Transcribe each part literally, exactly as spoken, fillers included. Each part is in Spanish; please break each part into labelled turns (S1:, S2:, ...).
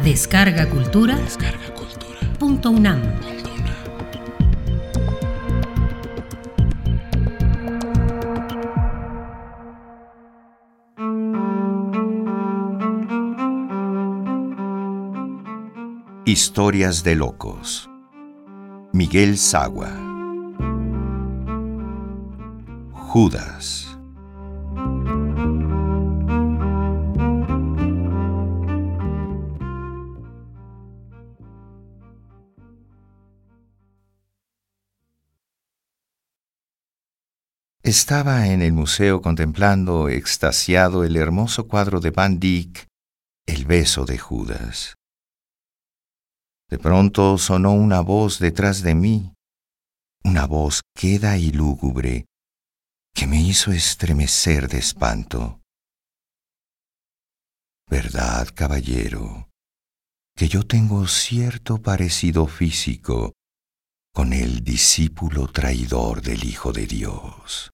S1: Descarga Cultura.
S2: Descarga Cultura.
S1: Punto UNAM.
S2: Punto UNAM.
S3: Historias de locos. Miguel Sagua. Judas. Estaba en el museo contemplando extasiado el hermoso cuadro de Van Dyck, El beso de Judas. De pronto sonó una voz detrás de mí, una voz queda y lúgubre, que me hizo estremecer de espanto. ¿Verdad, caballero, que yo tengo cierto parecido físico con el discípulo traidor del Hijo de Dios?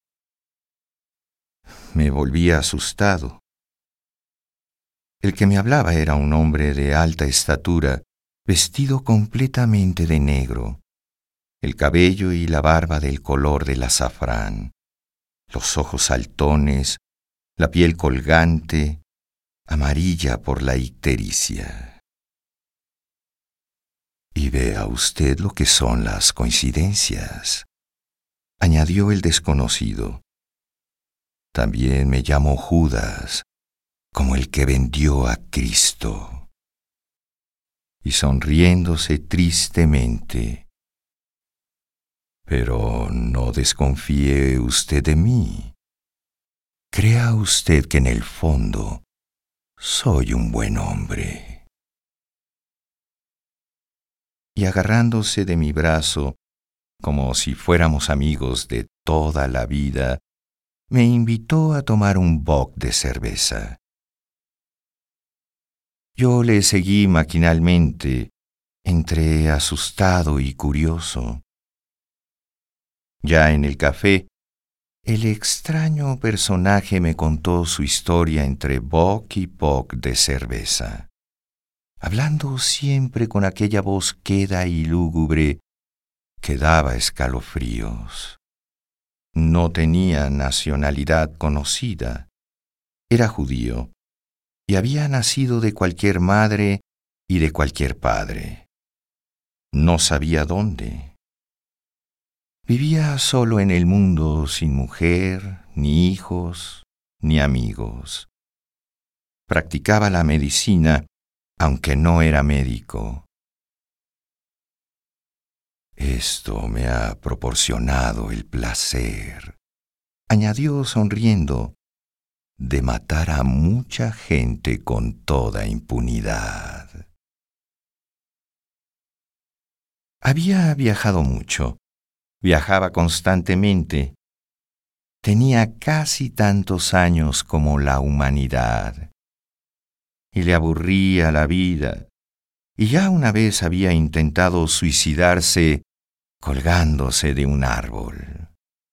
S3: Me volví asustado. El que me hablaba era un hombre de alta estatura, vestido completamente de negro, el cabello y la barba del color del azafrán, los ojos saltones, la piel colgante, amarilla por la ictericia. Y vea usted lo que son las coincidencias, añadió el desconocido. También me llamo Judas, como el que vendió a Cristo. Y sonriéndose tristemente. Pero no desconfíe usted de mí. Crea usted que en el fondo soy un buen hombre. Y agarrándose de mi brazo, como si fuéramos amigos de toda la vida, me invitó a tomar un bock de cerveza. Yo le seguí maquinalmente, entre asustado y curioso. Ya en el café, el extraño personaje me contó su historia entre bock y bock de cerveza, hablando siempre con aquella voz queda y lúgubre que daba escalofríos. No tenía nacionalidad conocida, era judío, y había nacido de cualquier madre y de cualquier padre. No sabía dónde. Vivía solo en el mundo, sin mujer, ni hijos, ni amigos. Practicaba la medicina, aunque no era médico. Esto me ha proporcionado el placer, añadió sonriendo, de matar a mucha gente con toda impunidad. Había viajado mucho, viajaba constantemente. Tenía casi tantos años como la humanidad. Y le aburría la vida, y ya una vez había intentado suicidarse colgándose de un árbol.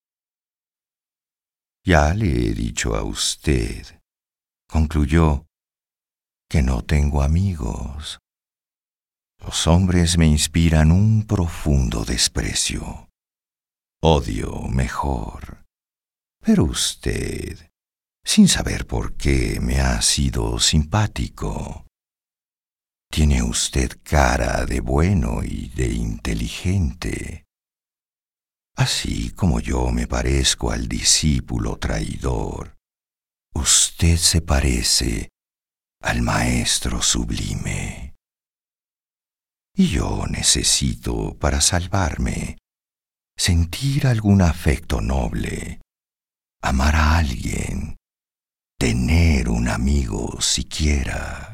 S3: Ya le he dicho a usted, concluyó, que no tengo amigos. Los hombres me inspiran un profundo desprecio. Odio mejor. Pero usted, sin saber por qué, me ha sido simpático. Tiene usted cara de bueno y de inteligente. Así como yo me parezco al discípulo traidor, usted se parece al maestro sublime. Y yo necesito, para salvarme, sentir algún afecto noble, amar a alguien, tener un amigo siquiera.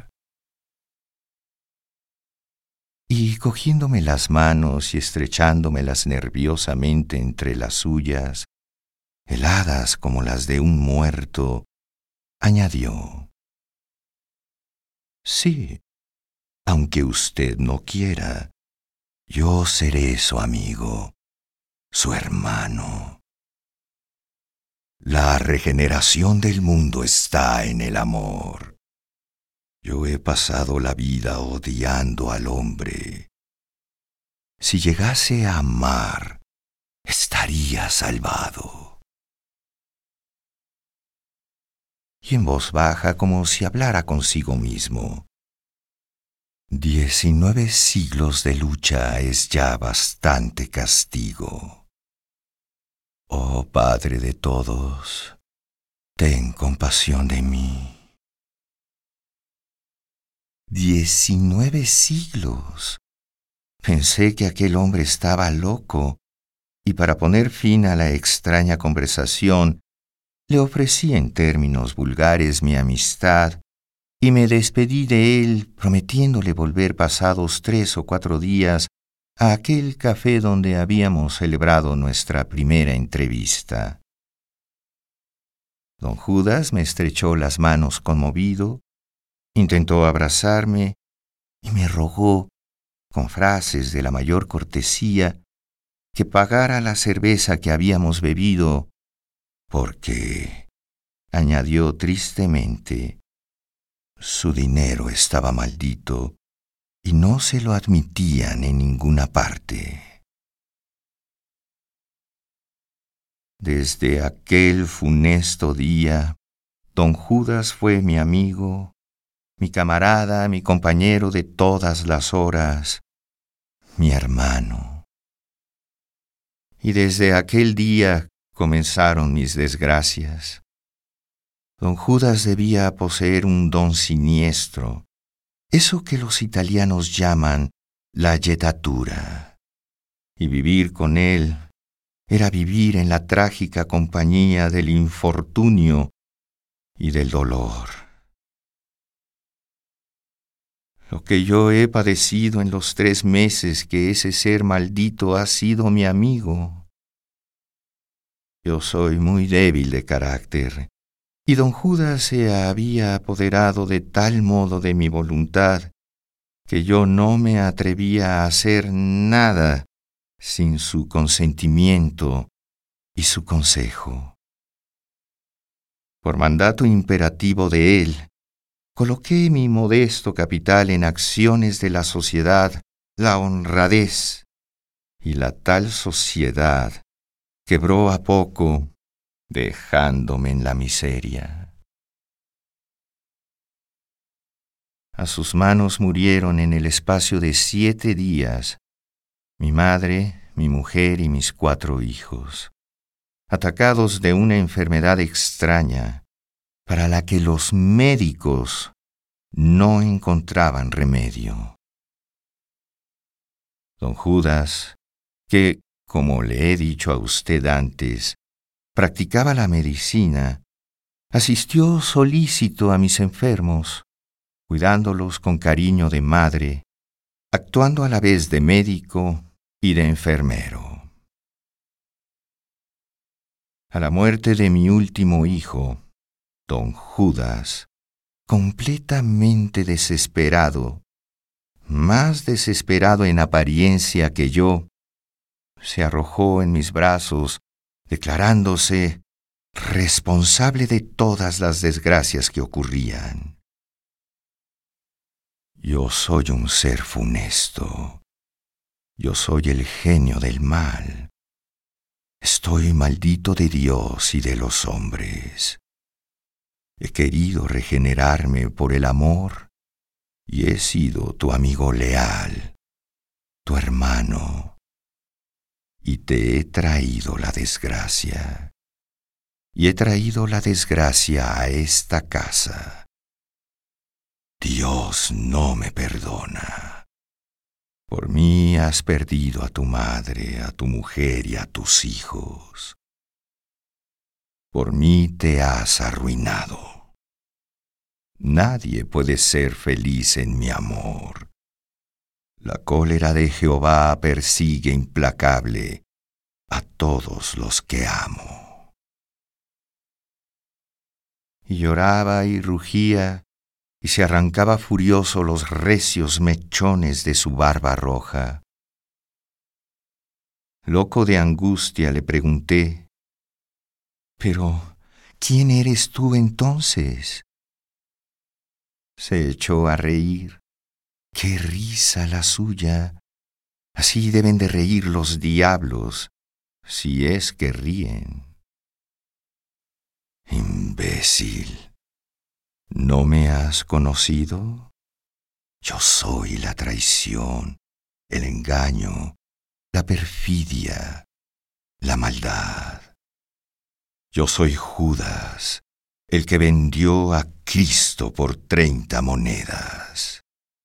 S3: Y cogiéndome las manos y estrechándomelas nerviosamente entre las suyas, heladas como las de un muerto, añadió: Sí, aunque usted no quiera, yo seré su amigo, su hermano. La regeneración del mundo está en el amor. Yo he pasado la vida odiando al hombre. Si llegase a amar, estaría salvado. Y en voz baja, como si hablara consigo mismo: Diecinueve siglos de lucha es ya bastante castigo. Oh Padre de todos, ten compasión de mí. Diecinueve siglos. Pensé que aquel hombre estaba loco, y para poner fin a la extraña conversación, le ofrecí en términos vulgares mi amistad y me despedí de él, prometiéndole volver pasados tres o cuatro días a aquel café donde habíamos celebrado nuestra primera entrevista. Don Judas me estrechó las manos conmovido, intentó abrazarme y me rogó, con frases de la mayor cortesía, que pagara la cerveza que habíamos bebido, porque, añadió tristemente, su dinero estaba maldito y no se lo admitían en ninguna parte. Desde aquel funesto día, don Judas fue mi amigo, mi camarada, mi compañero de todas las horas, mi hermano. Y desde aquel día comenzaron mis desgracias. Don Judas debía poseer un don siniestro, eso que los italianos llaman la jettatura, y vivir con él era vivir en la trágica compañía del infortunio y del dolor. Lo que yo he padecido en los tres meses que ese ser maldito ha sido mi amigo. Yo soy muy débil de carácter, y don Judas se había apoderado de tal modo de mi voluntad que yo no me atrevía a hacer nada sin su consentimiento y su consejo. Por mandato imperativo de él, coloqué mi modesto capital en acciones de la sociedad, la honradez, y la tal sociedad quebró a poco, dejándome en la miseria. A sus manos murieron en el espacio de siete días mi madre, mi mujer y mis cuatro hijos, atacados de una enfermedad extraña para la que los médicos no encontraban remedio. Don Judas, que, como le he dicho a usted antes, practicaba la medicina, asistió solícito a mis enfermos, cuidándolos con cariño de madre, actuando a la vez de médico y de enfermero. A la muerte de mi último hijo, don Judas, completamente desesperado, más desesperado en apariencia que yo, se arrojó en mis brazos, declarándose responsable de todas las desgracias que ocurrían. Yo soy un ser funesto. Yo soy el genio del mal. Estoy maldito de Dios y de los hombres. He querido regenerarme por el amor y he sido tu amigo leal, tu hermano, y te he traído la desgracia. Y he traído la desgracia a esta casa. Dios no me perdona. Por mí has perdido a tu madre, a tu mujer y a tus hijos. Por mí te has arruinado. Nadie puede ser feliz en mi amor. La cólera de Jehová persigue implacable a todos los que amo. Y lloraba y rugía, y se arrancaba furioso los recios mechones de su barba roja. Loco de angustia le pregunté: «Pero, ¿quién eres tú entonces?» Se echó a reír. ¡Qué risa la suya! Así deben de reír los diablos, si es que ríen. Imbécil, ¿no me has conocido? Yo soy la traición, el engaño, la perfidia, la maldad. Yo soy Judas, el que vendió a Cristo por treinta monedas.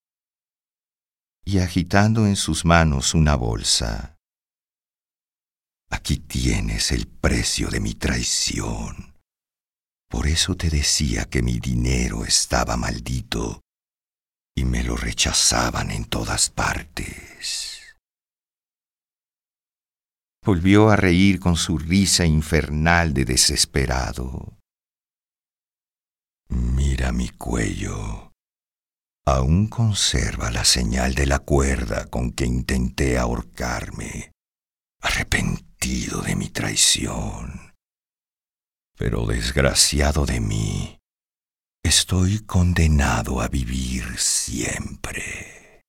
S3: Y agitando en sus manos una bolsa, aquí tienes el precio de mi traición. Por eso te decía que mi dinero estaba maldito y me lo rechazaban en todas partes. Volvió a reír con su risa infernal de desesperado. Mira mi cuello. Aún conserva la señal de la cuerda con que intenté ahorcarme, arrepentido de mi traición. Pero desgraciado de mí, estoy condenado a vivir siempre.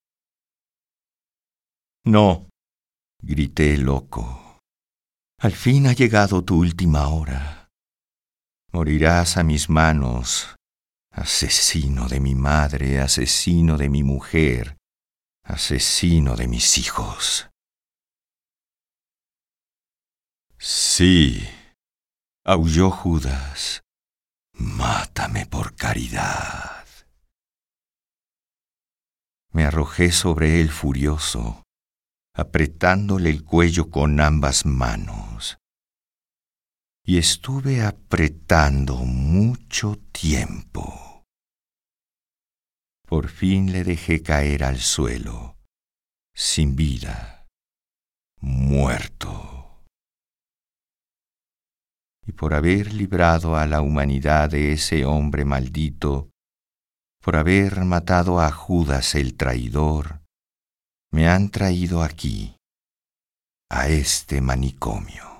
S3: No, grité loco. Al fin ha llegado tu última hora. Morirás a mis manos, asesino de mi madre, asesino de mi mujer, asesino de mis hijos. Sí, aulló Judas, mátame por caridad. Me arrojé sobre él furioso, apretándole el cuello con ambas manos. Y estuve apretando mucho tiempo. Por fin le dejé caer al suelo, sin vida, muerto. Y por haber librado a la humanidad de ese hombre maldito, por haber matado a Judas el traidor, me han traído aquí, a este manicomio.